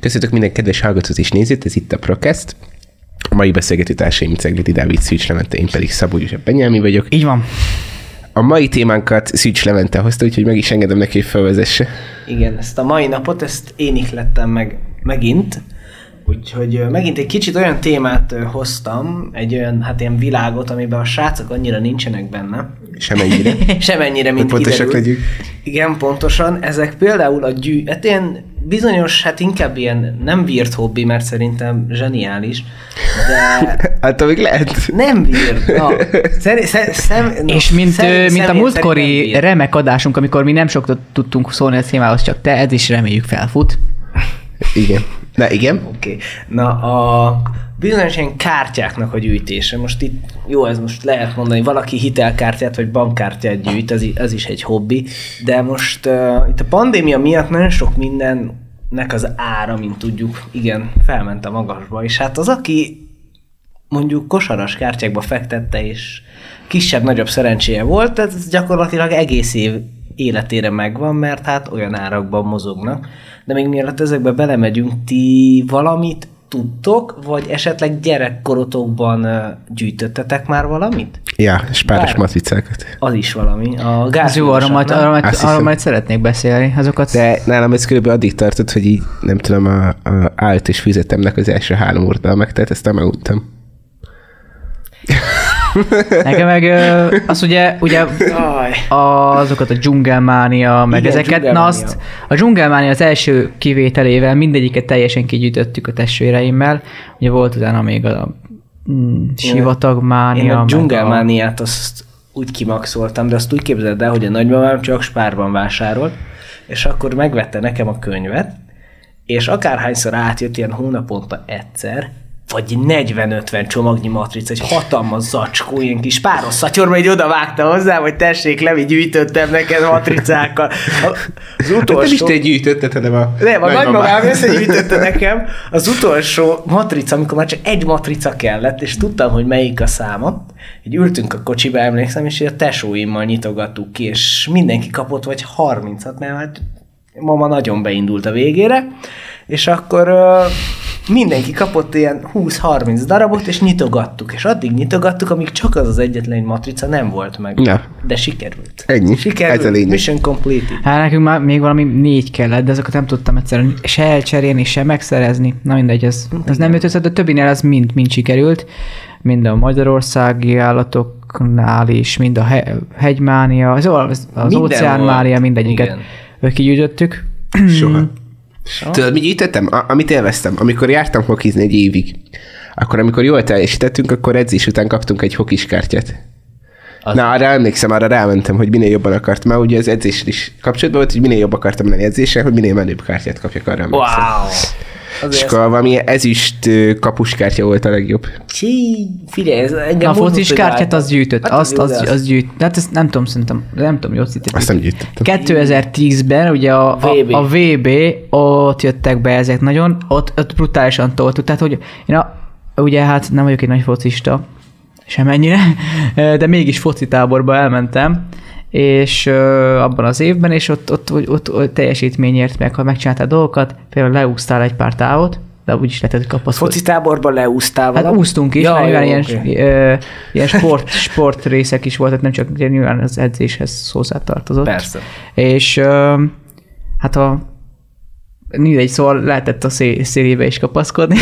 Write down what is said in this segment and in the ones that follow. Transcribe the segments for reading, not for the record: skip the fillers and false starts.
Köszönjük minden kedves hallgatót és nézőt, ez itt a Procast. A mai beszélgető társaim Ceglidi Dávid, Szűcs Levente, én pedig Szabó József Benyámi vagyok. Így van. A mai témánkat Szűcs Levente hozta, úgyhogy meg is engedem neki, hogy felvezesse. Igen, ezt a mai napot, ezt én ihlettem meg megint. Úgyhogy megint egy kicsit olyan témát hoztam, egy olyan, hát ilyen világot, amiben a srácok annyira nincsenek benne. Semennyire. Semennyire, mint pontosak legyünk. Igen, pontosan. Ezek például a hát ilyen bizonyos, hát inkább ilyen nem weird hobbi, mert szerintem zseniális, de... Hát még lehet. Nem weird, És mint a múltkori remek adásunk, amikor mi nem sokat tudtunk szólni a témához, csak te, ez is reméljük felfut. Igen. Na, igen. Oké. Na, a bizonyos ilyen kártyáknak a gyűjtése. Most itt, jó, ez most lehet mondani, valaki hitelkártyát vagy bankkártyát gyűjt, az is egy hobbi, de most itt a pandémia miatt nagyon sok mindennek az ára, mint tudjuk, igen, felment a magasba, és hát az, aki mondjuk kosaras kártyákba fektette, és kisebb-nagyobb szerencséje volt, ez gyakorlatilag egész év életére megvan, mert hát olyan árakban mozognak. De még mielőtt ezekbe belemegyünk, ti valamit tudtok, vagy esetleg gyerekkorotokban gyűjtöttetek már valamit? Ja, spáros matricákat. Az is valami. A arra majd szeretnék beszélni. Azokat... De nálam ez körülbelül addig tartott, hogy így nem tudom, állt és fizetemnek az első 3 oldalmak, tehát ezt nem eludtam. Nekem meg az ugye azokat a dzsungelmánia, meg igen, ezeket, na azt a dzsungelmánia az első kivételével mindegyiket teljesen kigyűjtöttük a testvéreimmel. Ugye volt utána még a sivatagmánia. Én a dzsungelmániát azt úgy kimaxoltam, de azt úgy képzeld el, hogy a nagymamám csak spárban vásárolt, és akkor megvette nekem a könyvet, és akárhányszor átjött ilyen hónaponta egyszer, vagy 40-50 csomagnyi matrica, egy hatalmas zacskó, ilyen kis páros szatyorba, így oda vágta hozzá, hogy tessék, Levi, gyűjtöttem neked matricákkal. Az utolsó... Nem is te gyűjtötted, hanem a nagymamám összegyűjtötte nekem az utolsó matrica, amikor már csak egy matrica kellett, és tudtam, hogy melyik a száma. Így ültünk a kocsiba, emlékszem, és a tesóimmal nyitogattuk ki, és mindenki kapott vagy 30-at, mert hát mama nagyon beindult a végére, és akkor... mindenki kapott ilyen 20-30 darabot, és nyitogattuk. És addig nyitogattuk, amíg csak az egyetlen matrica nem volt meg. Na. De sikerült. Ennyi. Sikerült. Ez a lényeg. Mission completed. Hát nekünk már még valami 4 kellett, de azokat nem tudtam egyszerűen se elcserélni, se megszerezni. Na mindegy, ez nem jött össze, de többinél az mind sikerült. Mind a magyarországi állatoknál is, mind a hegymánia, az óceánmánia, mindegyiket kigyűjtöttük. Soha. Tudod, mit gyűjtöttem? Amit élveztem. Amikor jártam hokizni egy évig, akkor amikor jól teljesítettünk, akkor edzés után kaptunk egy hokis kártyát. Na, arra emlékszem, arra rámentem, hogy minél jobban akartam. Már ugye az edzéssel is kapcsolatban volt, hogy minél jobb akartam lenni edzéssel, hogy minél menőbb kártyát kapjak, arra emlékszem. Wow! És akkor valami ezüst kapuskártya volt a legjobb. Figyelj, ez engem a focis kártyát az gyűjtött, hát azt gyűjt. Hát ezt nem tudom, szerintem, nem tudom, jól szintén. Azt nem gyűjtöttem. 2010-ben ugye a VB, ott jöttek be ezek nagyon, ott brutálisan toltuk. Tehát, hogy én ugye hát nem vagyok egy nagy focista, semennyire, de mégis foci táborba elmentem, és abban az évben, és ott teljesítményért meg, ha megcsináltál dolgokat, például leúsztál egy pár távot, de úgyis lehetett kapaszkodni. Foci táborban leúsztál valami? Hát úsztunk is, mert nyilván ilyen sport részek is voltak, nem csak nyilván az edzéshez hozzátartozott. Persze. És hát mindegy, szóval lehetett a szélébe is kapaszkodni.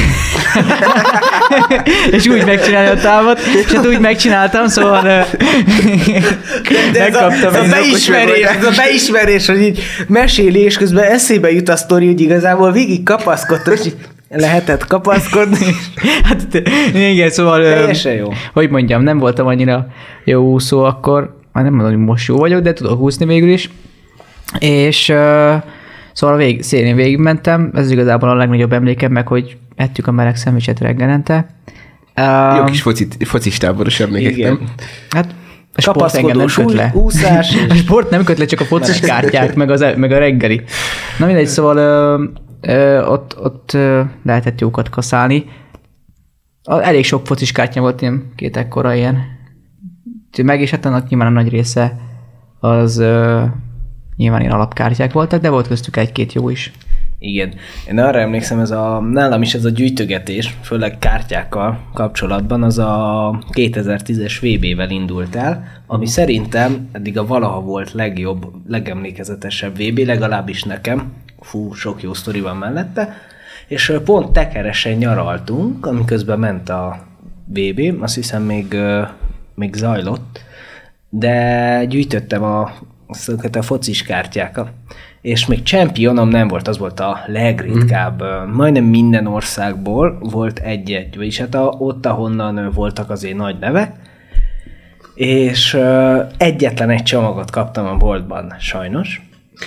És úgy megcsinálni a távot, és hát úgy megcsináltam, szóval megkaptam. Ez a beismerés, hogy így meséli, és közben eszébe jut a sztori, hogy igazából végig kapaszkodtam, és lehetett kapaszkodni. Hát igen, szóval teljesen jó. Hogy mondjam, nem voltam annyira jó úszó akkor, már nem mondom, hogy most jó vagyok, de tudok úszni végül is. És szóval szélén végigmentem, ez igazából a legnagyobb emlékem, meg hogy ettük a meleg szendvicset reggelente. Jó kis focis táboros emlékek, nem? Hát a sport engem nem köt le. Úszás. A sport nem köt le, csak a focis kártyák, meg a reggeli. Na mindegy, szóval ott lehetett jókat kaszálni. Elég sok focis kártya volt, ilyen 2 ekkora ilyen. Meg és hát annak nyilván a nagy része az nyilván ilyen alapkártyák voltak, de volt köztük 1-2 jó is. Igen. Én arra emlékszem, nálam is ez a gyűjtögetés, főleg kártyákkal kapcsolatban, az a 2010-es VB-vel indult el, ami szerintem eddig a valaha volt legjobb, legemlékezetesebb VB, legalábbis nekem. Sok jó sztori van mellette. És pont tekeresen nyaraltunk, amiközben ment a VB, azt hiszem még zajlott, de gyűjtöttem a focis kártyákat. És még championom nem volt, az volt a legritkább. Majdnem minden országból volt egy-egy, vagyis hát ott, ahonnan voltak azért nagy nevek, és egyetlen egy csomagot kaptam a boltban, sajnos.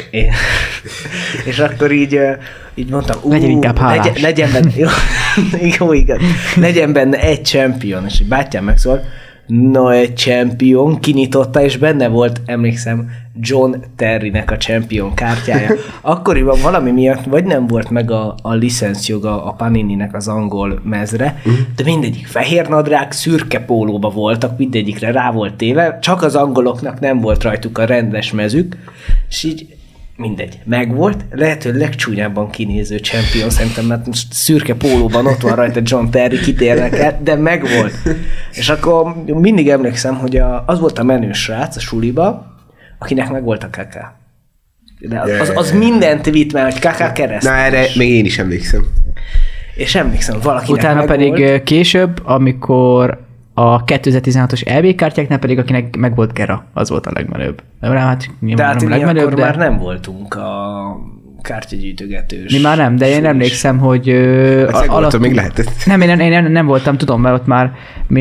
És akkor így mondtam, legyen benne, jó, igaz, legyen benne egy champion, és bátyám megszól, egy champion, kinyitotta, és benne volt, emlékszem, John Terrynek a champion kártyája. Akkoriban valami miatt vagy nem volt meg a licenszjoga a Panininek az angol mezre, de mindegyik fehér nadrág, szürke pólóba voltak, mindegyikre rá volt téve, csak az angoloknak nem volt rajtuk a rendes mezük, és így mindegy, megvolt, lehető legcsúnyábban kinéző champion, szerintem, mert most szürke pólóban ott van rajta John Terry, kitérnek el, de megvolt. És akkor mindig emlékszem, hogy az volt a menő srác a suliba, akinek megvolt a kaká. De az mindent vitt már, hogy kaká keresztül. Na erre még én is emlékszem. És emlékszem, valakinek utána pedig később, amikor a 2016-os EB kártyáknál pedig, akinek meg volt Gera, az volt a legmenőbb. Hát, de hát mi akkor már nem voltunk a kártyagyűjtögetős. Mi már nem, de én emlékszem, hogy... még lehetett. Nem, én nem voltam, tudom, mert ott már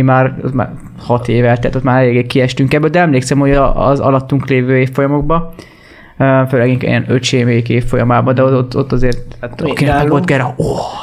6 éve, tehát ott már eléggé kiestünk ebből, de emlékszem, hogy az alattunk lévő évfolyamokban, főleg ilyen öcsémék évfolyamában, de ott azért akinek volt Gera,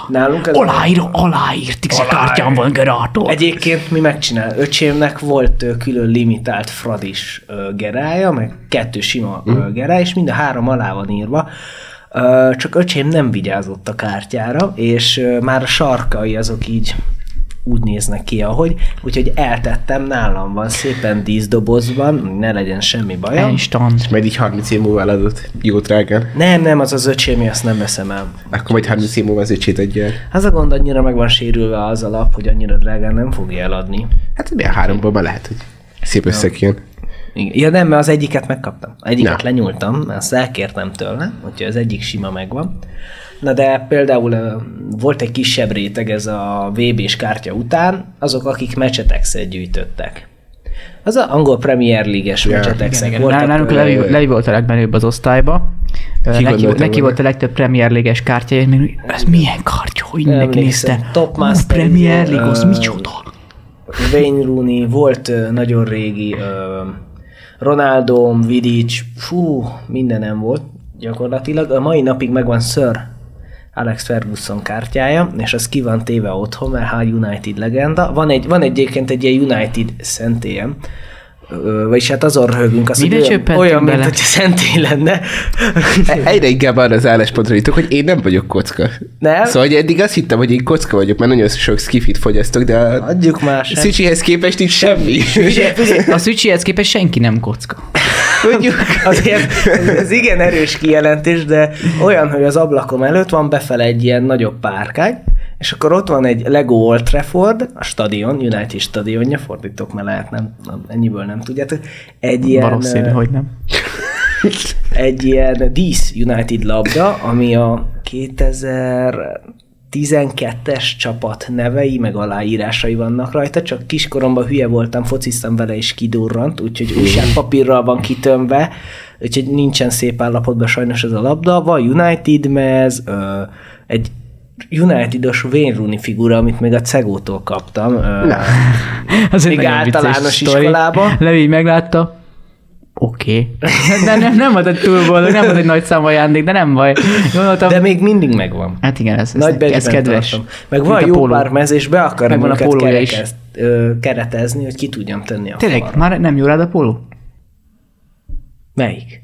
aláírt, kártyám van Gerától. Egyébként mi megcsinál. Öcsémnek volt külön limitált Fradis Gerája, meg 2 sima Gerá, és mind a 3 alá van írva. Csak öcsém nem vigyázott a kártyára, és már a sarkai azok így úgy néznek ki, ahogy, úgyhogy eltettem, nálam van szépen díszdobozban, ne legyen semmi bajom. Instant. És majd így 30 év múlva eladott, jó drágán. Nem, az öcsémi, azt nem veszem el. Akkor majd 30 év múlva az öcsét adja el. Az a gond, annyira meg van sérülve az a lap, hogy annyira drágán nem fogja eladni. Hát milyen 3-ból már lehet, hogy szép összekjön. Ja nem, mert az egyiket megkaptam. Egyiket lenyúltam, azt elkértem tőle, úgyhogy az egyik sima megvan. Na de például volt egy kisebb réteg ez a VB-s kártya után, azok, akik Match-Attax-et gyűjtöttek. Az az angol Premier League-es Match-Attax-ek voltak. Nálunk Levi volt a legmenőbb az osztályba. Neki volt a legtöbb Premier League-es kártya, ez milyen kártya, hogy neki nézte? Premier League, az micsoda? Wayne Rooney, volt nagyon régi Ronaldo, Vidic, mindenem volt gyakorlatilag. A mai napig megvan Sir Alex Ferguson kártyája, és az ki van téve otthon, mert United legenda. Van egyébként egy ilyen United szentélyem, vagyis hát azon röhögünk, az olyan, mint hogy szentély lenne. Egyre inkább arra az álláspontra jutok, hogy én nem vagyok kocka. Nem? Szóval hogy eddig azt hittem, hogy én kocka vagyok, mert nagyon sok skifit fogyasztok, de adjuk már sem. Szücsihez képest nincs semmi. A Szücsihez képest senki nem kocka. Tudjuk, azért ez igen erős kijelentés, de olyan, hogy az ablakom előtt van befele egy ilyen nagyobb párkány, és akkor ott van egy Lego Old Trafford, a stadion, United stadionja, fordítok, mert lehet ennyiből nem tudjátok. Egy ilyen... Valószínű, hogy nem. Egy ilyen Disz United labda, ami a 2012-es csapat nevei, meg aláírásai vannak rajta, csak kiskoromban hülye voltam, fociztam vele és kidurrant, úgyhogy újságpapírral van kitömve, úgyhogy nincsen szép állapotban sajnos ez a labda. Van United mez, egy United-os Wayne Rooney figura, amit még a Cegótól kaptam. Még általános iskolában. Levi meglátta. Oké. De nem volt egy túl boldog, nem volt egy nagy szám ajándék, de nem baj. Gondoltam, de még mindig megvan. Hát igen, ez kedves. Tartom. Meg van jó pár mez, és be akarom őket keretezni, hogy ki tudjam tenni a tényleg, falra. Már nem jó rád a póló? Melyik?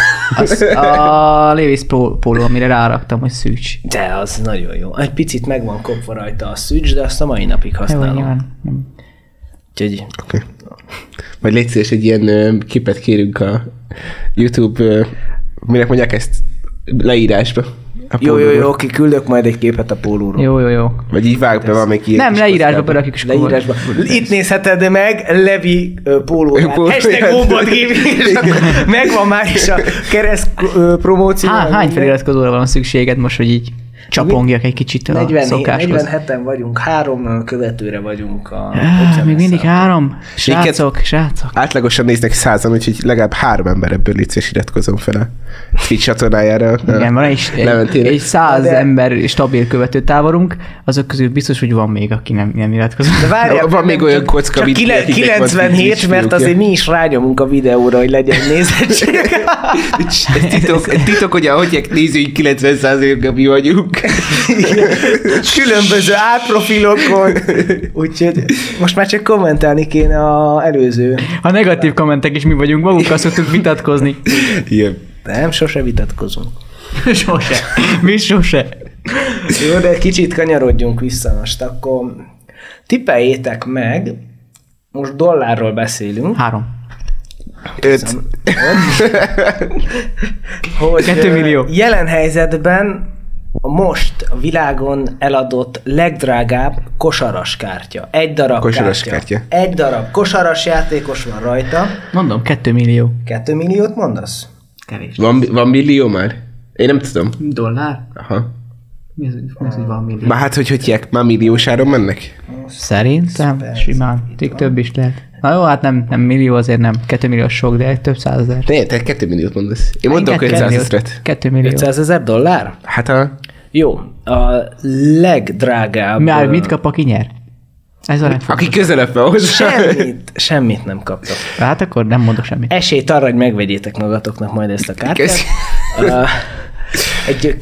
A Levi's póló, amire ráraktam, hogy Szűcs. De az nagyon jó. Egy picit meg van kopva rajta a Szűcs, de azt a mai napig használom. Úgyhogy... Okay. Majd légy szíves, egy ilyen képet kérünk a YouTube, minek mondják ezt leírásba. Jó, oké, küldök majd egy képet a pólóról. Jó. Vagy így vág be valamelyik ilyen. Nem, leírásba berakjuk is. Leírásba. Itt nézheted meg Levi pólóját. #bombotgaming, és akkor megvan már is a kereszt promóció. Hány feliratkozóra van szükséged most, hogy így csapongjak egy kicsit a szokáshoz? 47-en vagyunk, 3 követőre vagyunk. Még mindig 3? Srácok. Átlagosan néznek 100-an, úgyhogy legalább 3 ember ebből létszés iratkozom fel a Twitch csatornájára. Igen, van egy 100 ember stabil követő táborunk, azok közül biztos, hogy van még, aki nem iratkozott. De várjál, van még olyan kocka, mint 97, mert azért mi is rányomunk a videóra, hogy legyen nézettség. Titok, hogy ahogy nézőink 90%-a mi vagyunk. Különböző álprofilokon. Úgyhogy most már csak kommentálni kéne az előző. A negatív kommentek is mi vagyunk, magunkkal szoktunk vitatkozni. Igen. Nem, sose vitatkozunk. Sose. Mi sose. Jó, de kicsit kanyarodjunk vissza most, akkor tippeljétek meg, most dollárról beszélünk. 3. 5. Hogy 2 millió. Jelen helyzetben most a világon eladott legdrágább kosaras kártya. Egy darab kártya. Egy darab kosaras játékos van rajta. Mondom, 2 millió. 2 milliót mondasz? Kevés. Van millió már? Én nem tudom. Dollár? Aha. Mi az, hogy van millió? Már hát, hogy már milliós áron mennek? Szerintem simán. Több is lehet. Na jó, hát nem millió azért nem. 2 millió sok, de több 100 000. Ne, te 2 milliót mondasz. Én mondok 500 000-et. 2 millió. 500 000 dollár? Hát a... Jó, a legdrágább... Már mit kap, aki nyer? Ez a aki közelebb van hozzá. Semmit nem kaptak. Hát akkor nem mondok semmit. Esélyt arra, hogy megvegyétek magatoknak majd ezt a kártyát. Egy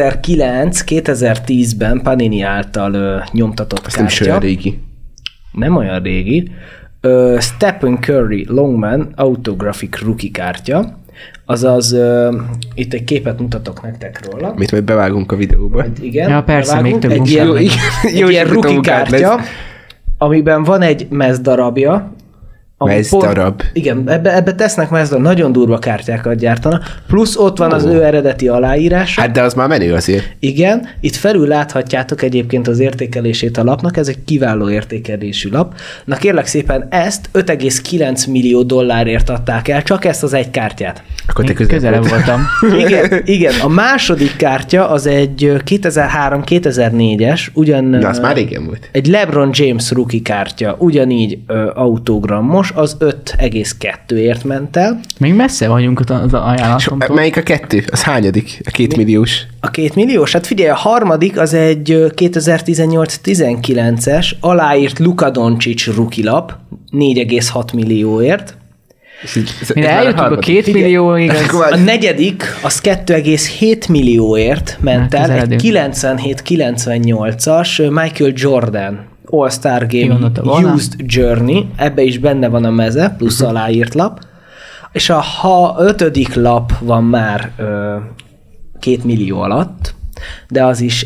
2009-2010-ben Panini által nyomtatott kártya. Nem is olyan régi. Nem olyan régi. Stephen Curry Longman Autographic Rookie kártya. Azaz, itt egy képet mutatok nektek róla. Mit majd bevágunk a videóba. Igen, ja, persze, bevágunk. még több egy ilyen rookie kártya, amiben van egy mezdarabja. Mezdarab. Igen, ebbe tesznek mezdarab, nagyon durva kártyákat gyártanak, plusz ott van az ő eredeti aláírása. Hát de az már menő azért. Igen, itt felül láthatjátok egyébként az értékelését a lapnak, ez egy kiváló értékelésű lap. Na kérlek szépen, ezt 5,9 millió dollárért adták el, csak ezt az egy kártyát. Akkor te közelebb voltam. Igen, a második kártya az egy 2003-2004-es, Na, az már régen volt. Egy LeBron James rookie kártya, ugyanígy autogramos, az 5,2-ért ment el. Még messze vagyunk az ajánlatomtól. Melyik a 2? Az hányadik? A 2 milliós? A 2 milliós? Hát figyelj, a harmadik az egy 2018-19-es aláírt Luka Doncic rookie lap 4,6 millióért. Mire eljutunk a 2 millióig. A negyedik az 2,7 millióért ment el, egy 97-98-as Michael Jordan All-Star Game Used Journey, ebbe is benne van a meze, plusz aláírt lap, és a ötödik lap van már 2 millió alatt, de az is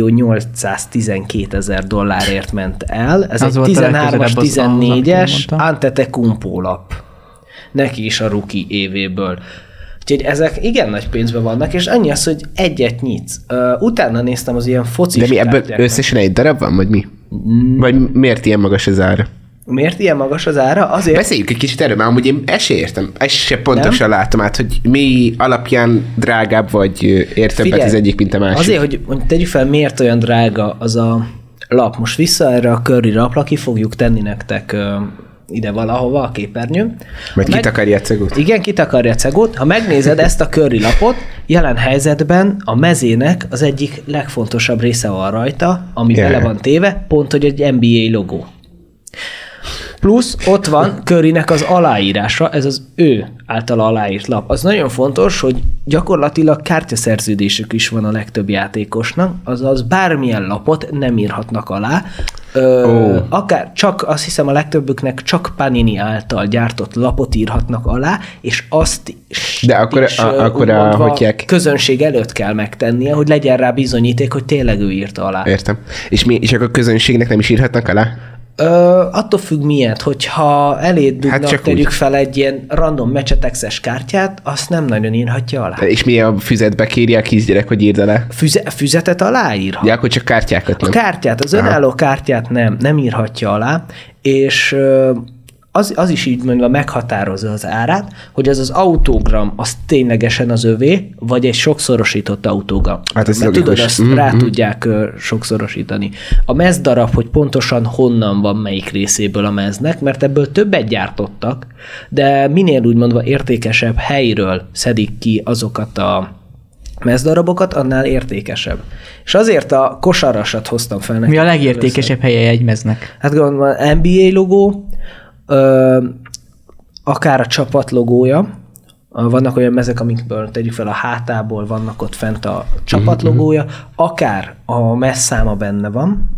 1.812.000 dollárért ment el. Ez az egy 13-as, 14-es Antetokounmpo lap. Neki is a rookie évéből. Úgyhogy ezek igen nagy pénzben vannak, és annyi az, hogy egyet nyitsz. Utána néztem az ilyen focis de mi ebből összesen egy darab van, vagy mi? Vagy miért ilyen magas az ára? Miért ilyen magas az ára? Azért... Beszéljük egy kicsit erről, mert amúgy én ezt se értem. Ezt se pontosan látom át, hogy mi alapján drágább, vagy értem az egyik, mint a másik. Azért, hogy tegyük fel, miért olyan drága az a lap. Most vissza erre a Curry lapra, ki fogjuk tenni nektek ide valahova a képernyőn. Majd kitakarja a cegót? Igen, kitakarja a cegót. Ha megnézed ezt a Curry lapot, jelen helyzetben a mezének az egyik legfontosabb része van rajta, ami bele van téve, pont, hogy egy NBA logó. Plusz ott van Currynek az aláírása, ez az ő általa aláírt lap. Az nagyon fontos, hogy gyakorlatilag kártyaszerződésük is van a legtöbb játékosnak, azaz bármilyen lapot nem írhatnak alá. Akár csak, azt hiszem a legtöbbüknek csak Panini által gyártott lapot írhatnak alá, és azt de akkor közönség előtt kell megtennie, hogy legyen rá bizonyíték, hogy tényleg ő írta alá. Értem. És akkor a közönségnek nem is írhatnak alá? Attól függ miért, hogyha eléd dugnak, tegyük fel egy ilyen random mecsetexes kártyát, azt nem nagyon írhatja alá. És mi a füzetbe kírja a kisgyerek, hogy írd alá? Füzetet aláírhat. Ja, akkor csak kártyákat nem. A kártyát, az önálló kártyát nem írhatja alá, és az is így mondva meghatározza az árát, hogy az autogram az ténylegesen az övé, vagy egy sokszorosított autogram. Hát ez mert tudod, azt rá tudják sokszorosítani. A mezdarab, hogy pontosan honnan van melyik részéből a meznek, mert ebből többet gyártottak, de minél úgymondva értékesebb helyről szedik ki azokat a mezdarabokat, annál értékesebb. És azért a kosarasat hoztam fel nekik. Mi a legértékesebb helye egy meznek? Hát gondolom, NBA logó, akár a csapat logója, vannak olyan mezek, amikből tegyük fel a hátából, vannak ott fent a csapat logója, akár a messzáma benne van,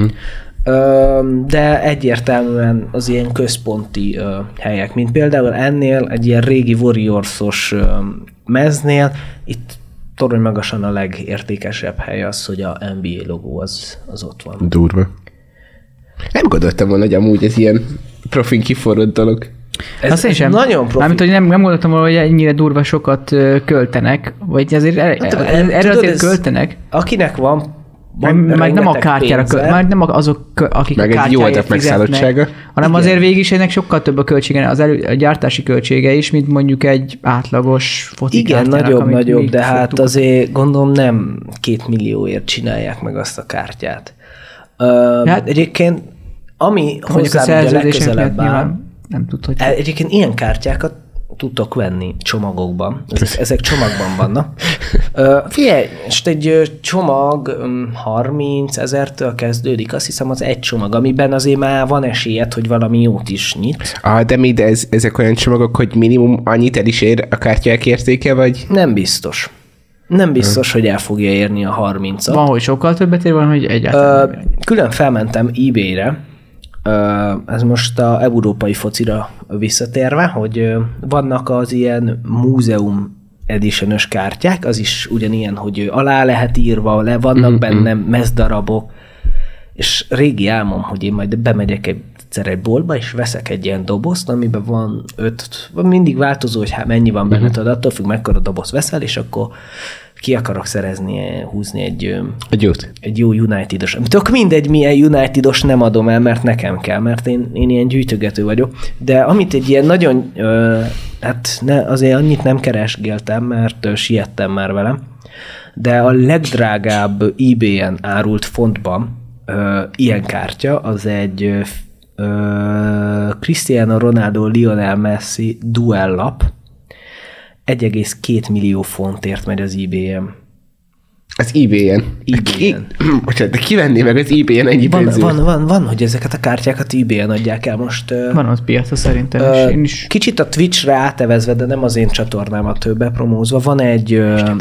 de egyértelműen az ilyen központi helyek, mint például ennél egy ilyen régi Warriors-os meznél, itt torony magasan a legértékesebb hely az, hogy a NBA logó az ott van. Durva. Nem gondoltam volna, hogy amúgy ez ilyen profin kiforrott dolog. Ez nagyon profi. Mármint, hogy nem gondoltam volna, hogy ennyire durva sokat költenek, vagy azért erre azért költenek. Akinek van meg nem a kártyára, meg nem azok, akik meg a kártyáért fizetnek, hanem azért végig is ennek sokkal több a költsége, a gyártási költsége is, mint mondjuk egy átlagos foci kártyának. Igen, nagyobb, de hát azért gondolom nem 2 millióért csinálják meg azt a kártyát. Hát, egyébként, ami hozzám ugye legközelebb áll, nem tud, hogy... Egyébként ilyen kártyákat tudtok venni csomagokban. Ezek csomagban vannak. Figyelj, most egy csomag 30 000-től kezdődik, azt hiszem az egy csomag, amiben azért már van esélyed, hogy valami jót is nyit. De ezek olyan csomagok, hogy minimum annyit el is ér a kártyák értéke, vagy? Nem biztos. Nem biztos, hogy el fogja érni a 30-at. Van, hogy sokkal többet ér, van, hogy egyáltalán külön felmentem eBay-re, ez most a európai focira visszatérve, hogy vannak az ilyen múzeum edition-ös kártyák, az is ugyanilyen, hogy alá lehet írva, le vannak benne mezdarabok, és régi álmom, hogy én majd bemegyek egyszer egy boltba, és veszek egy ilyen dobozt, amiben van 5, mindig változó, hogy mennyi van benne, tudod, attól függ, mekkora dobozt veszel, és akkor ki akarok húzni egy jó United-os. Tök mindegy, milyen United-os nem adom el, mert nekem kell, mert én ilyen gyűjtögető vagyok. De amit egy ilyen nagyon, azért annyit nem keresgéltem, mert siettem már velem, de a legdrágább eBay-en árult fontban ilyen kártya, az egy Cristiano Ronaldo Lionel Messi duellap, 1,2 millió fontért megy az eBay-en. Az eBay-en? Bocsánat, de kivenné meg az eBay-en ennyi pénzért? Van, hogy ezeket a kártyákat eBay-en adják el most. Van ott piaca szerintem. Én is. Kicsit a Twitch-re átevezve, de nem az én csatornámat bepromózva. Van egy...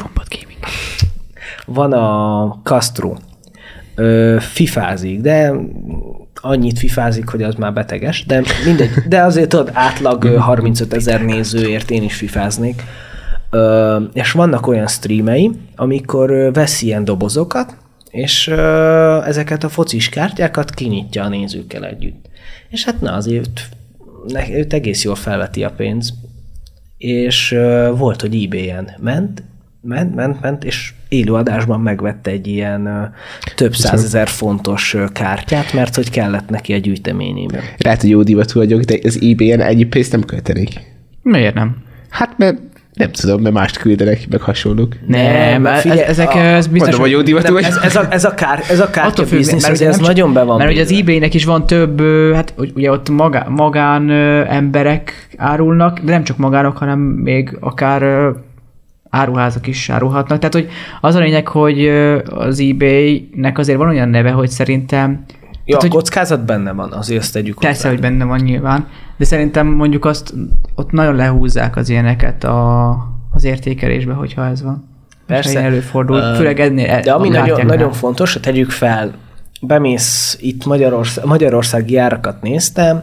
van a Castro. Fifázik, de annyit fifázik, hogy az már beteges, de mindegy. De azért tudod, átlag 35 000 nézőért én is fifáznék. És vannak olyan streamei, amikor vesz ilyen dobozokat, és ezeket a focis kártyákat kinyitja a nézőkkel együtt. És hát na azért őt egész jól felveti a pénz. És volt, hogy eBay-en ment, és élőadásban megvette egy ilyen több 100 000 fontos kártyát, mert hogy kellett neki a gyűjteményében. Lehet, hogy jó divatú vagyok, de az eBay-en ennyi pénzt nem költenék. Miért nem? Hát, mert nem tudom, mert mást küldenek, meg hasonlók. Nem, ez biztos... Mondom, hogy jó divatú vagy. Ez a kártya biznisz, ugye ez nagyon be van. Mert ugye az eBay-nek is van több, hát ugye ott magán emberek árulnak, de nem csak magánok, hanem még akár áruházak is árulhatnak. Tehát, hogy az a lényeg, hogy az eBay-nek azért van olyan neve, hogy szerintem... Ja, a kockázat benne van, azért ezt tegyük hozzá. Persze, hogy benne van nyilván, de szerintem mondjuk azt ott nagyon lehúzzák az ilyeneket az értékelésbe, hogyha ez van. Persze. Előfordul, főleg ennél. De ami nagyon fontos, hogy tegyük fel, bemész itt magyarországi árakat néztem,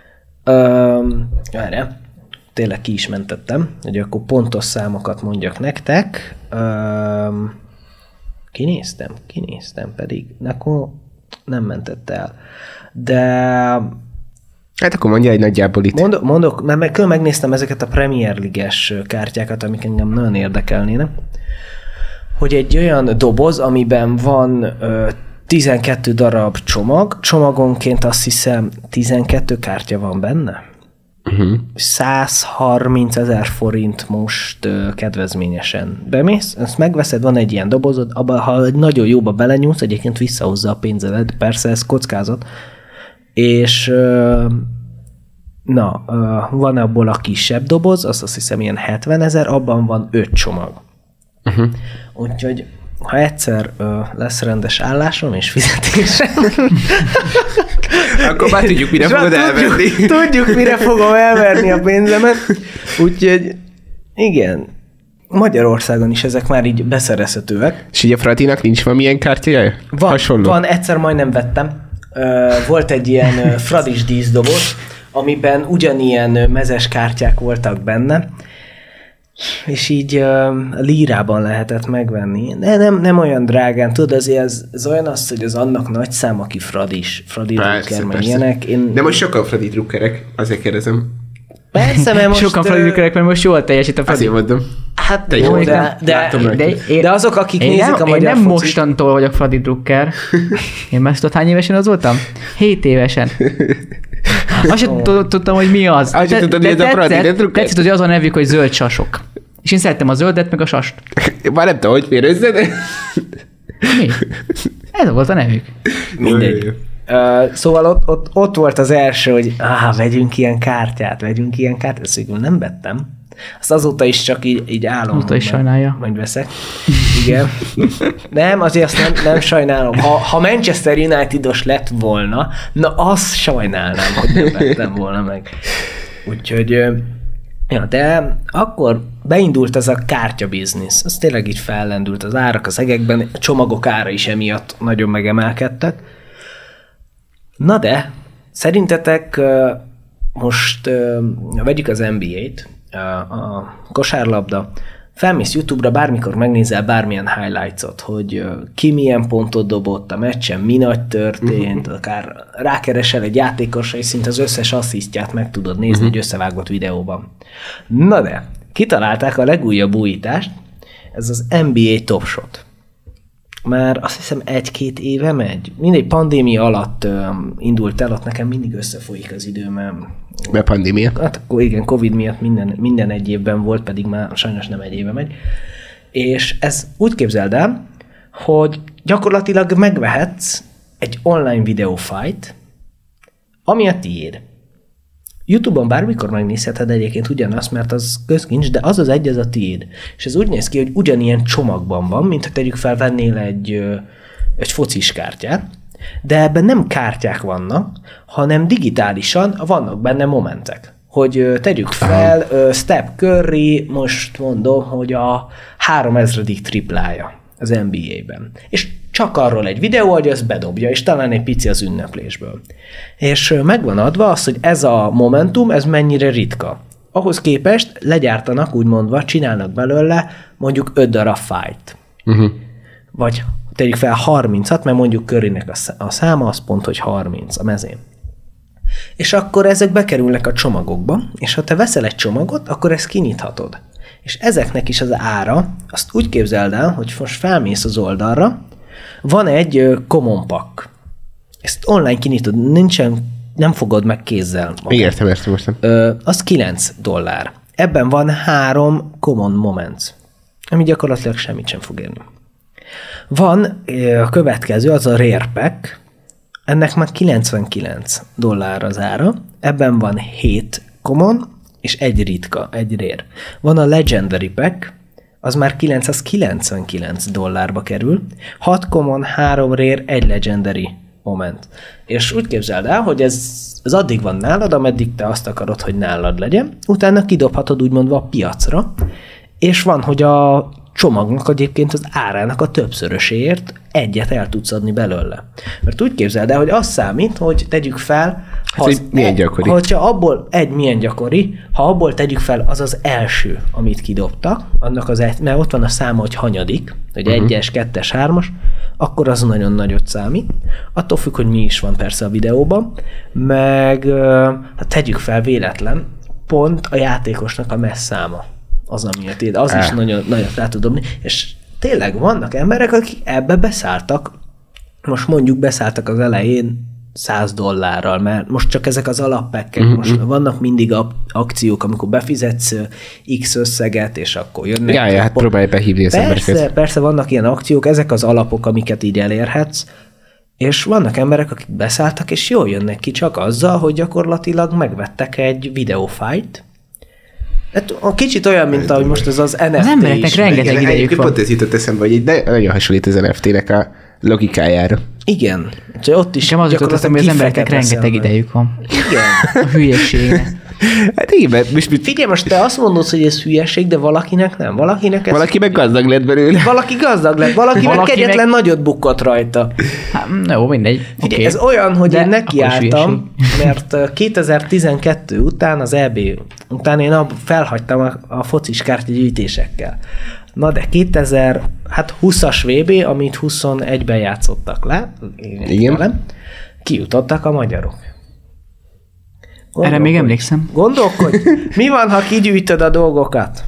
erre, tényleg ki is mentettem, hogy akkor pontos számokat mondjak nektek. Kinéztem pedig, akkor nem mentette el. De... Hát akkor mondja egy nagyjából itt. Mondok, mert külön megnéztem ezeket a Premier League-es kártyákat, amik engem nagyon érdekelnének, hogy egy olyan doboz, amiben van 12 darab csomagonként azt hiszem 12 kártya van benne. 130 000 forint most kedvezményesen bemész, ezt megveszed, van egy ilyen dobozod, abba, ha egy nagyon jóba belenyúlsz, egyébként visszahozza a pénzedet, persze ez kockázat, és van abból a kisebb doboz, azt hiszem ilyen 70 000, abban van 5 csomag. Úgyhogy ha egyszer lesz rendes állásom és fizetésem, akkor már tudjuk, mire fogod elvenni. Tudjuk, mire fogom elverni a pénzemet. Úgyhogy igen, Magyarországon is ezek már így beszerezhetőek. És így a Fradinak nincs valamilyen kártyája? Van, egyszer majdnem vettem. Volt egy ilyen Fradis díszdoboz, amiben ugyanilyen mezes kártyák voltak benne, és így lírában lehetett megvenni. De nem olyan drágán, tudod, azért ez olyan az, hogy az annak nagy szám, aki Fradi drukker, meg ilyenek. De most sokan Fradi drukkerek, azért kérdezem. Persze, mert most... Sokan Fradi drukkerek, mert most jól teljesít a Fradi. Azért mondom. Hát jó, de azok, akik nézik a magyar Én nem focit... mostantól vagyok Fradi drukker. Én már tudod, hány évesen az voltam? 7 évesen. Azt sem tudtam, hogy mi az. Azt sem tudtam, hogy ez a Fradi drukker. Tetszett, hogy az a nevük, hogy zöld sasok. És én szerettem a zöldet, meg a sast. Már nem tudom, hogy férőzze, de... Mi? Ez volt a nevük. Mindegy. Szóval ott volt az első, hogy vegyünk ilyen kártyát. Ezt végül nem vettem. Azt azóta is csak így állom. Azóta is sajnálja. Majd veszek. Igen. Nem, azért azt nem sajnálom. Ha Manchester United-os lett volna, na azt sajnálnám, hogy nem vettem volna meg. Úgyhogy... Ja, de akkor beindult ez a kártya biznisz. Az tényleg így fellendült az árak az egekben, a csomagok ára is emiatt nagyon megemelkedtek. Na de, szerintetek most vegyük az NBA-t, a kosárlabda, felmész YouTube-ra, bármikor megnézel bármilyen highlights-ot, hogy ki milyen pontot dobott a meccsen, mi nagy történt, akár rákeresel egy játékosra, és szinte az összes asszisztját meg tudod nézni egy összevágott videóban. Na de, kitalálták a legújabb újítást, ez az NBA Top Shot. Már azt hiszem 1-2 éve megy. Mindegy pandémia alatt indult el, ott nekem mindig összefolyik az időm. Mert pandémia? Hát akkor igen, Covid miatt minden egy évben volt, pedig már sajnos nem egy éve megy. És ez úgy képzeld el, hogy gyakorlatilag megvehetsz egy online videófájt, ami a tiéd. YouTube-on bármikor megnézheted egyébként ugyanazt, mert az közkincs, de az egy, az a tiéd. És ez úgy néz ki, hogy ugyanilyen csomagban van, mint ha tegyük fel, vennél egy focis kártyát, de ebben nem kártyák vannak, hanem digitálisan vannak benne momentek. Hogy tegyük fel, Steph Curry, most mondom, hogy a 3000. triplája az NBA-ben. És csak arról egy videó, hogy azt bedobja, és talán egy pici az ünneplésből. És megvan adva az, hogy ez a momentum, ez mennyire ritka. Ahhoz képest legyártanak, úgymondva, csinálnak belőle mondjuk 5 darab fájt. Vagy tegyük fel 30-at, mert mondjuk Currynek a száma az pont, hogy 30 a mezén. És akkor ezek bekerülnek a csomagokba, és ha te veszel egy csomagot, akkor ezt kinyithatod. És ezeknek is az ára, azt úgy képzeld el, hogy most felmész az oldalra, van egy common pack. Ezt online kinyitod, nem fogod meg kézzel. Értem. Az $9. Ebben van 3 common moments, ami gyakorlatilag semmit sem fog érni. Van a következő, az a Rare Pack, ennek már $99 az ára, ebben van 7 common, és egy ritka, egy rare. Van a Legendary Pack, az már $999 kerül, 6 common, 3 rare, 1 legendary moment. És úgy képzeld el, hogy ez addig van nálad, ameddig te azt akarod, hogy nálad legyen, utána kidobhatod úgymondva a piacra, és van, hogy a csomagnak egyébként az árának a többszöröséért egyet el tudsz adni belőle. Mert úgy képzeld el, hogy az számít, hogy tegyük fel, milyen gyakori. Hogyha abból milyen gyakori, ha abból tegyük fel, az az első, amit kidobtak, annak mert ott van a száma, hogy hanyadik, hogy 1-es, 2-es, 3-as, akkor az nagyon nagyot számít. Attól függ, hogy mi is van persze a videóban, meg hát tegyük fel véletlen, pont a játékosnak a messzáma az, amiért ér. Az is nagyon nagyot rá tud dobni, és tényleg vannak emberek, akik ebbe beszálltak, most mondjuk beszálltak az elején $100, mert most csak ezek az alappekkek, most vannak mindig akciók, amikor befizetsz X összeget, és akkor jönnek. Ja, hát próbálj behívni az embereket. Persze vannak ilyen akciók, ezek az alapok, amiket így elérhetsz, és vannak emberek, akik beszálltak, és jól jönnek ki csak azzal, hogy gyakorlatilag megvettek egy videófájlt. Hát kicsit olyan, mint ahogy most ez az NFT az embereknek rengeteg idejük van. Pont ez jutott eszembe, hogy nagyon hasonlít az NFT-nek a logikájára. Igen. Úgyhogy ott is nekem az jutott eszembe, hogy az embereknek rengeteg idejük van. Igen. A hülyeségre. Hát igen, figyelj, most te azt mondod, hogy ez hülyeség, de valakinek nem. Valaki meg gazdag lett belőle. Valaki gazdag lett, valaki meg kegyetlen nagyot bukkott rajta. Hát, jó, mindegy. Figyelj, ez olyan, hogy én nekiálltam, mert 2012 után, az EB után én felhagytam a focis kártyagyűjtésekkel. Na de 2020-as VB, amit 21-ben játszottak le, igen, kijutottak a magyarok. Erre még emlékszem. Gondolkodj, mi van, ha kigyűjtöd a dolgokat?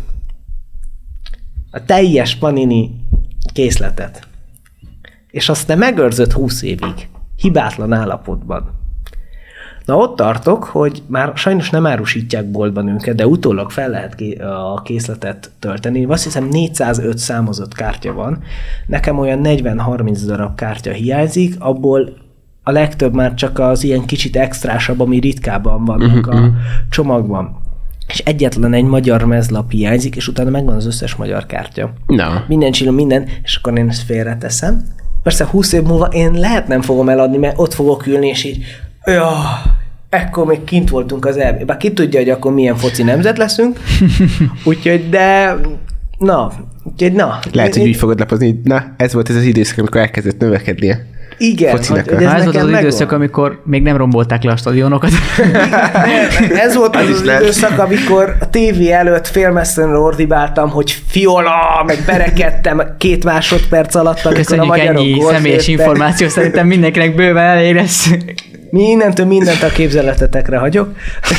A teljes Panini készletet. És azt te megőrzöd 20 évig. Hibátlan állapotban. Na ott tartok, hogy már sajnos nem árusítják boltban őket, de utólag fel lehet a készletet tölteni. Azt hiszem 405 számozott kártya van. Nekem olyan 40-30 darab kártya hiányzik, abból a legtöbb már csak az ilyen kicsit extrásabb, ami ritkában vannak a csomagban. És egyetlen egy magyar mezlap hiányzik, és utána megvan az összes magyar kártya. No. Minden csilom, minden, és akkor én ezt félreteszem. Persze 20 év múlva én lehet nem fogom eladni, mert ott fogok ülni, és így ekkor még kint voltunk az EB. Bár ki tudja, hogy akkor milyen foci nemzet leszünk. Úgyhogy, de na. Lehet, hogy úgy fogod lapozni, na, ez volt ez az időszak, amikor elkezdett növekednie. Igen. Ez volt az időszak, amikor még nem rombolták le a stadionokat. Ez volt az időszak, amikor a tévé előtt félmeztelenül ordibáltam, hogy fiola, meg berekedtem 2 másodperc alatt, amikor a magyarok ennyi személyes információ szerintem mindenkinek bőven elég lesz. Mi innentől mindent a képzeletetekre hagyok.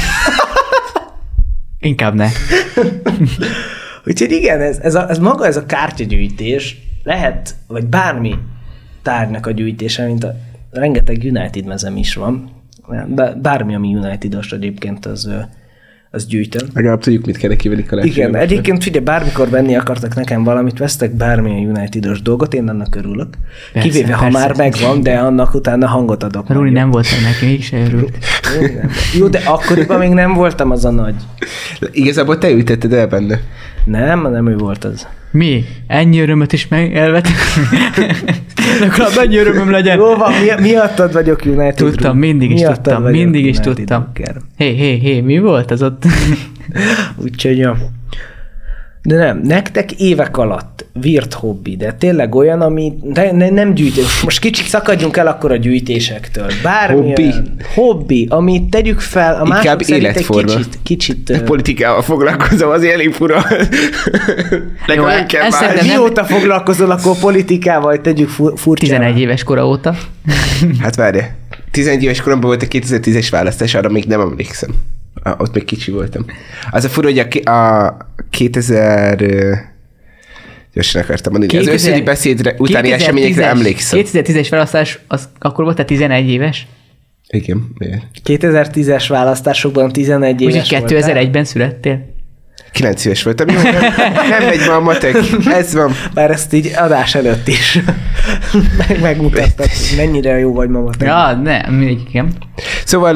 Inkább ne. Úgyhogy igen, ez maga ez a kártyagyűjtés lehet, vagy bármi tárgynak a gyűjtése, mint a rengeteg United mezem is van. Bármi, ami United-os egyébként, az gyűjtöm. Legalább tudjuk, mit kell neki venni karácsonyra. Igen, egyébként figyelj, bármikor venni akartak nekem valamit, vesztek bármilyen United-os dolgot, én annak örülök. Persze, kivéve, ha már megvan, de annak utána hangot adok. Rúli nem voltam neki, mégse örült. Jó, de akkoriban még nem voltam az a nagy. Igazából te ültetted el benne. Nem ő volt az. Mi? Ennyi örömöt is elvetek? Legalább ennyi örömöm legyen. Jó van, miattad vagyok United. Tudtam, mindig is tudtam. Hé, mi volt az ott? Úgyhogy, ja. De nem, nektek évek alatt virt hobbi, de tényleg olyan, ami nem gyűjtés. Most kicsit szakadjunk el akkor a gyűjtésektől. Bármilyen hobbi, amit tegyük fel, a mások szerint egy kicsit politikával foglalkozom, az elég fura. Jó, mióta foglalkozol akkor politikával, tegyük furcsa. 11 éves kora óta. Hát várj, 11 éves koromban volt a 2010-es választás, arra még nem emlékszem. Ott még kicsi voltam. Az a fura, hogy a 2000... Gyorsan akartam mondani. Az őszödi beszédre utáni eseményekre emlékszem. 2010-es választás, az akkor volt 11 éves? Igen. 2010-es választásokban 11 éves voltál. Úgyhogy 2001-ben születtél? 9 éves voltam. Jó, nem megy ma a matek. Ez van. Bár ezt így adás előtt is megmutattad, hogy mennyire jó vagy ma matek. Ja, nem, igen. Szóval,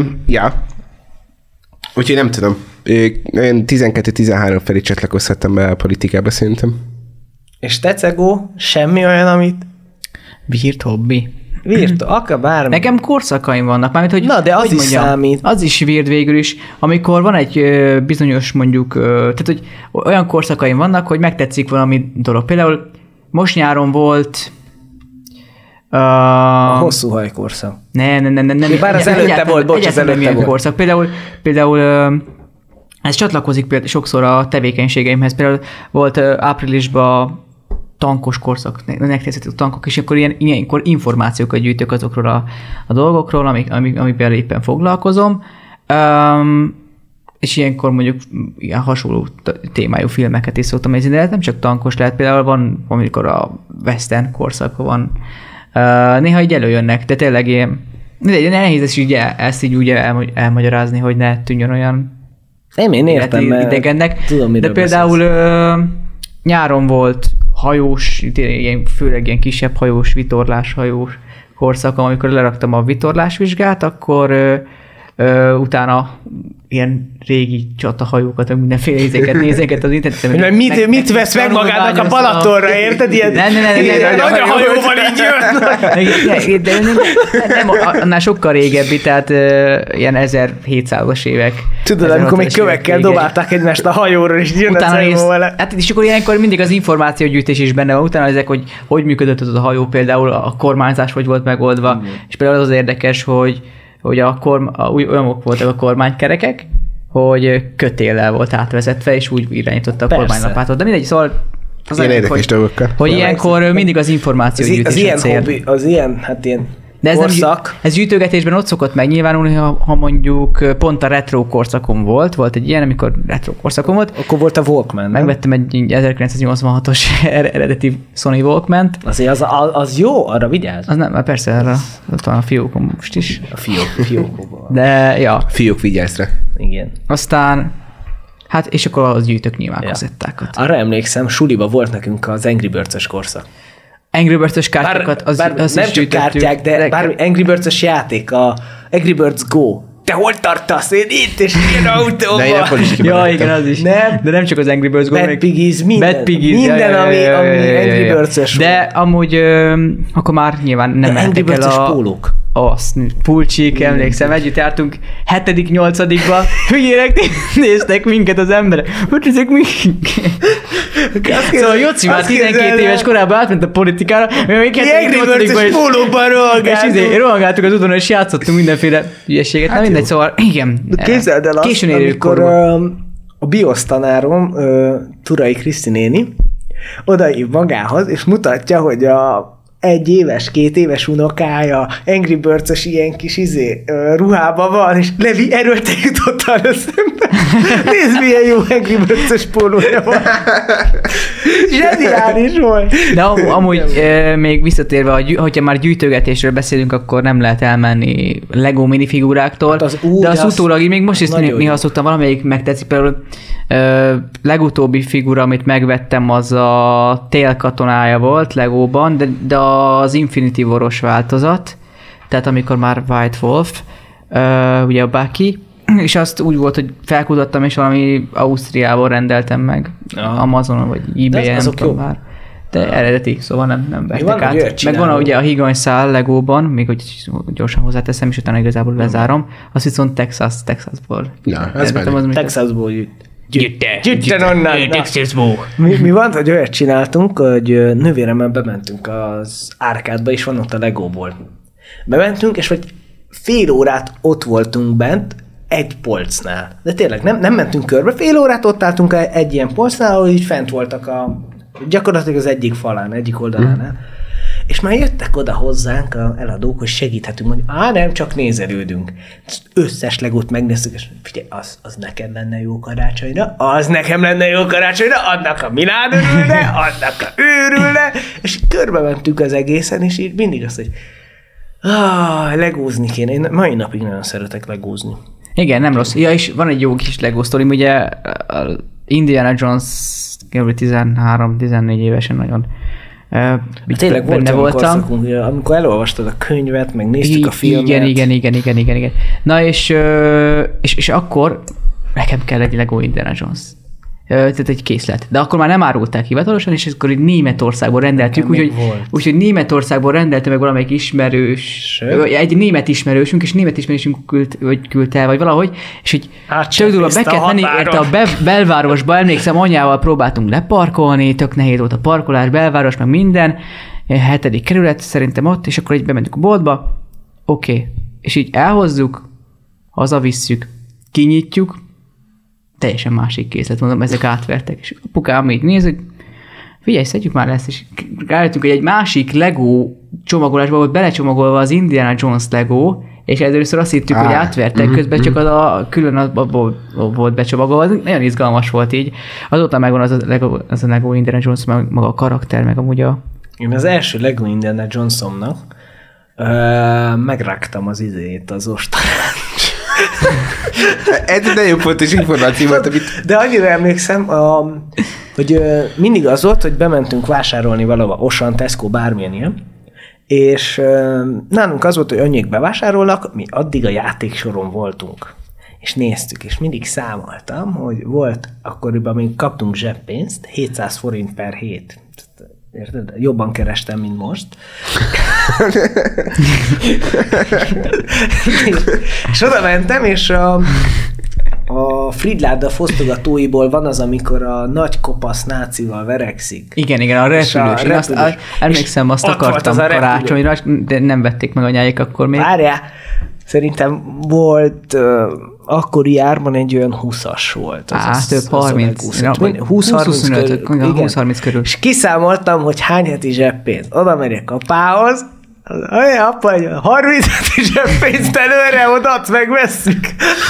úgyhogy nem tudom. Én 12-13 felé csatlakozhattam be a politikába szerintem. És te, Cegó, semmi olyan, amit... Virt hobbi. Virt, akár bármi. Nekem korszakaim vannak, mármint, hogy... Na, de az is számít. Az is virt végül is, amikor van egy bizonyos mondjuk, tehát hogy olyan korszakaim vannak, hogy megtetszik valami dolog. Például most nyáron volt... A hosszú hajkorszak. Nem. Bár az előtte volt, bocs, az előtte volt. Korszak. Például ez csatlakozik sokszor a tevékenységeimhez. Például volt áprilisban tankos korszak, nevezhető tankok, és akkor ilyenkor információkat gyűjtök azokról a dolgokról, amivel éppen foglalkozom. És ilyenkor mondjuk ilyen hasonló témájú filmeket is szoktam nézni, de ez nem csak tankos lehet, például van, amikor a western korszak van, néha így előjönnek, de tényleg ilyen, nehéz ezt így úgy elmagyarázni, hogy ne tűnjön olyan én értem, idegennek. Tudom, de például nyáron volt hajós, főleg ilyen kisebb hajós, vitorláshajós korszak, amikor leraktam a vitorlásvizsgát, akkor utána ilyen régi csatahajókat, mindenféle izéket nézeket az interneten. Mit vesz meg magának a Balatonra, érted? Ilyen nagy hajóval így jön. Nem, annál sokkal régebbi, tehát ilyen 1700-as évek. Tudod, amikor még kövekkel dobálták egymást a hajóról, és jön a cejmó vele. Hát és akkor ilyenkor mindig az információgyűjtés is benne van, utána ezek, hogy működött az a hajó, például a kormányzás hogy volt megoldva, és például az érdekes, hogy olyanok voltak a kormánykerekek, hogy kötéllel volt átvezetve, és úgy irányította a kormánylapátot. De mindegy, szóval az ilyen érdekes dolgokkal. Hogy ilyenkor mindig az információgyűjtés a cél. Az ilyen, hát ilyen de ez gyűjtögetésben ott szokott megnyilvánulni, ha mondjuk pont a retro korszakon volt egy ilyen, amikor retro korszakon volt. Akkor volt a Walkman, megvettem egy 1986-os eredeti Sony Walkmant. Azért az jó, arra vigyázz. Az nem, persze, arra ott van a fiókon most is. A fiókban. De, ja. Fiók vigyázz rá. Igen. Aztán, hát és akkor az gyűjtök nyilván kazettákat. Arra emlékszem, suliba volt nekünk az Angry Birds-ös korszak. Angry Birds-ös kártyákat, az nem csak kártyák, de bármi Angry Birds-ös játék, a Angry Birds Go. Te hol tartasz? Én itt, és ilyen autóban. Ja, igen, az is. Nem. De nem csak az Angry Birds Go. Bad Piggies, minden, ami Angry Birds-ös. De amúgy, akkor már nyilván nem mentek el a... pólók. Azt, pulcsik, emlékszem, együtt jártunk 7.-8-ba, hülyének néztek minket az emberek. Hogy ezek mi? Szóval Jóci már 12 éves korában átment a politikára, mi még 7.-8-ba is pólókban rohangáltunk. És rohangáltuk az udvaron, és játszottunk mindenféle hülyeséget. Hát mindegy, szóval igen. Képzeld el azt, amikor a BIOS tanárom, Turai Kriszti néni, odaív magához, és mutatja, hogy a 1 éves, 2 éves unokája Angry Birds-ös ilyen kis ruhában van, és Levi erőlte jutottál eszembe. Nézd, milyen jó Angry Birds-ös pólója van. Zseniális volt. De amúgy még visszatérve, hogyha már gyűjtögetésről beszélünk, akkor nem lehet elmenni Lego minifiguráktól. Hát de az utólag, még most is néha szoktam, valamelyik megtetszik, például legutóbbi figura, amit megvettem, az a Tél katonája volt Legóban, de az Infinity War-os változat, tehát amikor már White Wolf, ugye a Bucky, és azt úgy volt, hogy felkutattam, és valami Ausztriából rendeltem meg, Amazonon, vagy eBay-en, nem tudom már. De eredeti, szóval nem vettek át. Meg van ugye a higanyszál Legóban, még hogy gyorsan hozzáteszem, és utána igazából lezárom, azt viszont Texasból. Ja, ez meg. Texasból gyűjten onnan. Mi van, hogy olyat csináltunk, hogy nővéremmel bementünk az árkádba, és van ott a Legóból. Bementünk, és vagy fél órát ott voltunk bent, egy polcnál. De tényleg nem mentünk körbe, fél órát ott álltunk egy ilyen polcnál, ahol így fent voltak gyakorlatilag az egyik falán, egyik oldalánál. És már jöttek oda hozzánk a eladók, hogy segíthetünk, hogy nem, csak nézelődünk. Összes Legót megnéztük, és figyelj, az neked lenne jó karácsonyra, az nekem lenne jó karácsonyra, annak a Milán örülne, annak a őrülne, és körbe mentünk az egészen, és így mindig azt, hogy legózni kéne. Én mai napig nagyon szeretek legózni. Igen, nem rossz. Ja, és van egy jó kis Lego sztorim, ugye Indiana Jones kb. 13-14 évesen nagyon tényleg voltam. Amikor elolvastad a könyvet, meg néztük a filmet. Igen. Na és akkor nekem kell egy Lego Indiana Jones. Tehát egy készlet. De akkor már nem árulták hivatalosan, és akkor így Németországból rendeltük, úgyhogy Németországból rendelte meg valamelyik ismerős, egy német ismerősünk, és német ismerősünk küldte el, vagy valahogy, és így csődül be kellett menni, érte a belvárosba, emlékszem, anyával próbáltunk leparkolni, tök nehéz volt a parkolás, belváros, meg minden, 7. kerület szerintem ott, és akkor így bementünk a boltba, oké. És így elhozzuk, hazavisszük, kinyitjuk, teljesen másik készlet, mondom, ezek átvertek, és apukám így néz, hogy Figyelj, szedjük már ezt, és rájöttünk, hogy egy másik Lego csomagolásban volt belecsomagolva az Indiana Jones Lego, és először azt hittük, hogy átvertek, közben csak külön abból volt becsomagolva. Nagyon izgalmas volt így. Azóta megvan az a Lego Indiana Jones, maga a karakter, meg amúgy a... Én az első Lego Indiana Jones-omnak megrágtam az ostorát. Ez nagyon fontos információ volt, amit... De annyira emlékszem, hogy mindig az volt, hogy bementünk vásárolni valahova, Auchan, Tesco, bármilyen ilyen, és nálunk az volt, hogy annyiak bevásárolnak, mi addig a játéksoron voltunk. És néztük, és mindig számoltam, hogy volt, akkoriban még kaptunk zseppénzt, 700 forint per hét. Érted? Jobban kerestem, mint most. És oda mentem, és a Fridláda fosztogatóiból van az, amikor a nagy kopasz nácival verekszik. Igen, a repülős. Én azt emlékszem, azt akartam karácsonyra, de nem vették meg anyáik akkor még. Várjál, szerintem volt akkori árban egy olyan 20-as volt. Több 30. 20-30 körül. És kiszámoltam, hogy hány heti zseppénz. Oda megyek apához, apa, 30 heti zseppénzt előre odaadsz, megvesszük.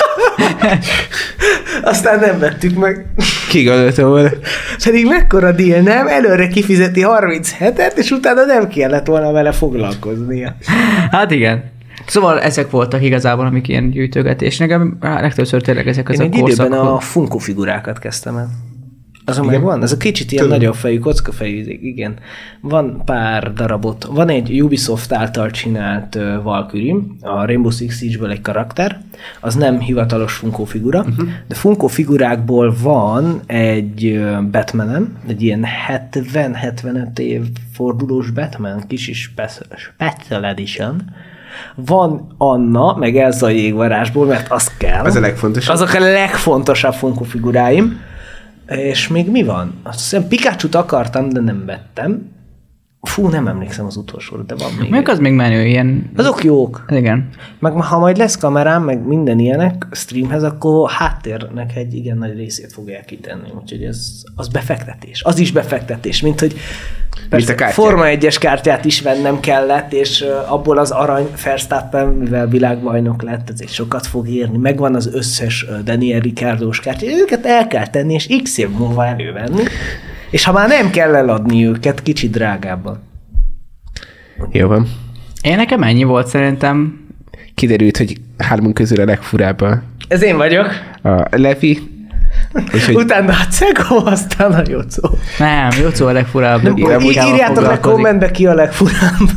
Aztán nem vettük meg. Kigondoltam volna. Pedig mekkora deal, nem? Előre kifizeti 37-et, és utána nem kellett volna vele foglalkoznia. Hát igen. Szóval ezek voltak igazából, amik ilyen gyűjtögetés. Nekem legtöbbször tényleg ezek az a korszakok. Én egy időben a Funko figurákat kezdtem el. Azon meg van? Ez a kicsit ilyen nagyobb fejű, kockafejű, igen. Van pár darabot. Van egy Ubisoft által csinált Valkyrie, a Rainbow Six Siege-ből egy karakter. Az nem hivatalos Funko figura, de Funko figurákból van egy Batmanem, egy ilyen 70-75 év fordulós Batman, kis Special Edition. Van Anna, meg Elsa a jégvarázsból, mert az kell. Az a legfontosabb. Azok a legfontosabb Funko figuráim. És még mi van? Azt hiszem Pikachu-t akartam, de nem vettem. Fú, nem emlékszem az utolsóra, de van még. Meg az még menő, ilyen... Azok jók. Igen. Meg ha majd lesz kamerám, meg minden ilyenek streamhez, akkor háttérnek egy igen nagy részét fogják kitenni. Úgyhogy az befektetés. Az is befektetés, mint hogy persze, Forma 1-es kártyát is vennem kellett, és abból az arany Verstappen, mivel világbajnok lett, ezért sokat fog érni. Megvan az összes Daniel Ricciardo-s kártya. Őket el kell tenni, és x év múlva elővenni. És ha már nem kell eladni őket, kicsit drágábban. Jó van. Én nekem ennyi volt szerintem. Kiderült, hogy hármunk közül a legfurább Ez én vagyok. A Levi. Utána a Cego, aztán a Jocó. Nem, Jocó a legfurább. Írjátok le kommentbe, ki a legfurább.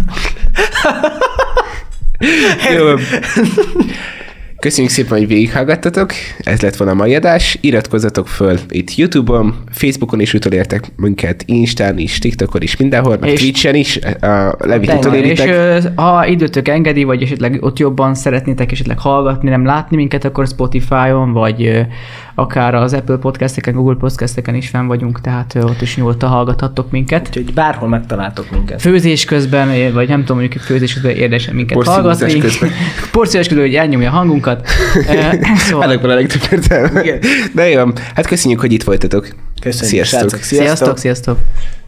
Jó. Köszönjük szépen, hogy végighallgattatok. Ez lett volna a mai adás. Iratkozzatok föl itt YouTube-on, Facebookon is utolértek minket, Instán is, TikTokon is, mindenhol, meg Twitch-en is. A Levit utoléritek. És ha időtök engedi, vagy esetleg ott jobban szeretnétek esetleg hallgatni, nem látni minket, akkor Spotify-on, vagy akár az Apple podcasteken, Google podcasteken is fenn vagyunk, tehát ott is nyugodtan hallgathattok minket. Úgyhogy bárhol megtaláltok minket. Főzés közben, vagy nem tudom, mondjuk főzés közben érdesen minket hallgatni. Porciózás közben, hogy elnyomja a hangunkat. Szóval... Ennek van a legtöbb értelme. De jó, hát köszönjük, hogy itt voltatok. Köszönjük, sziasztok. Sziasztok.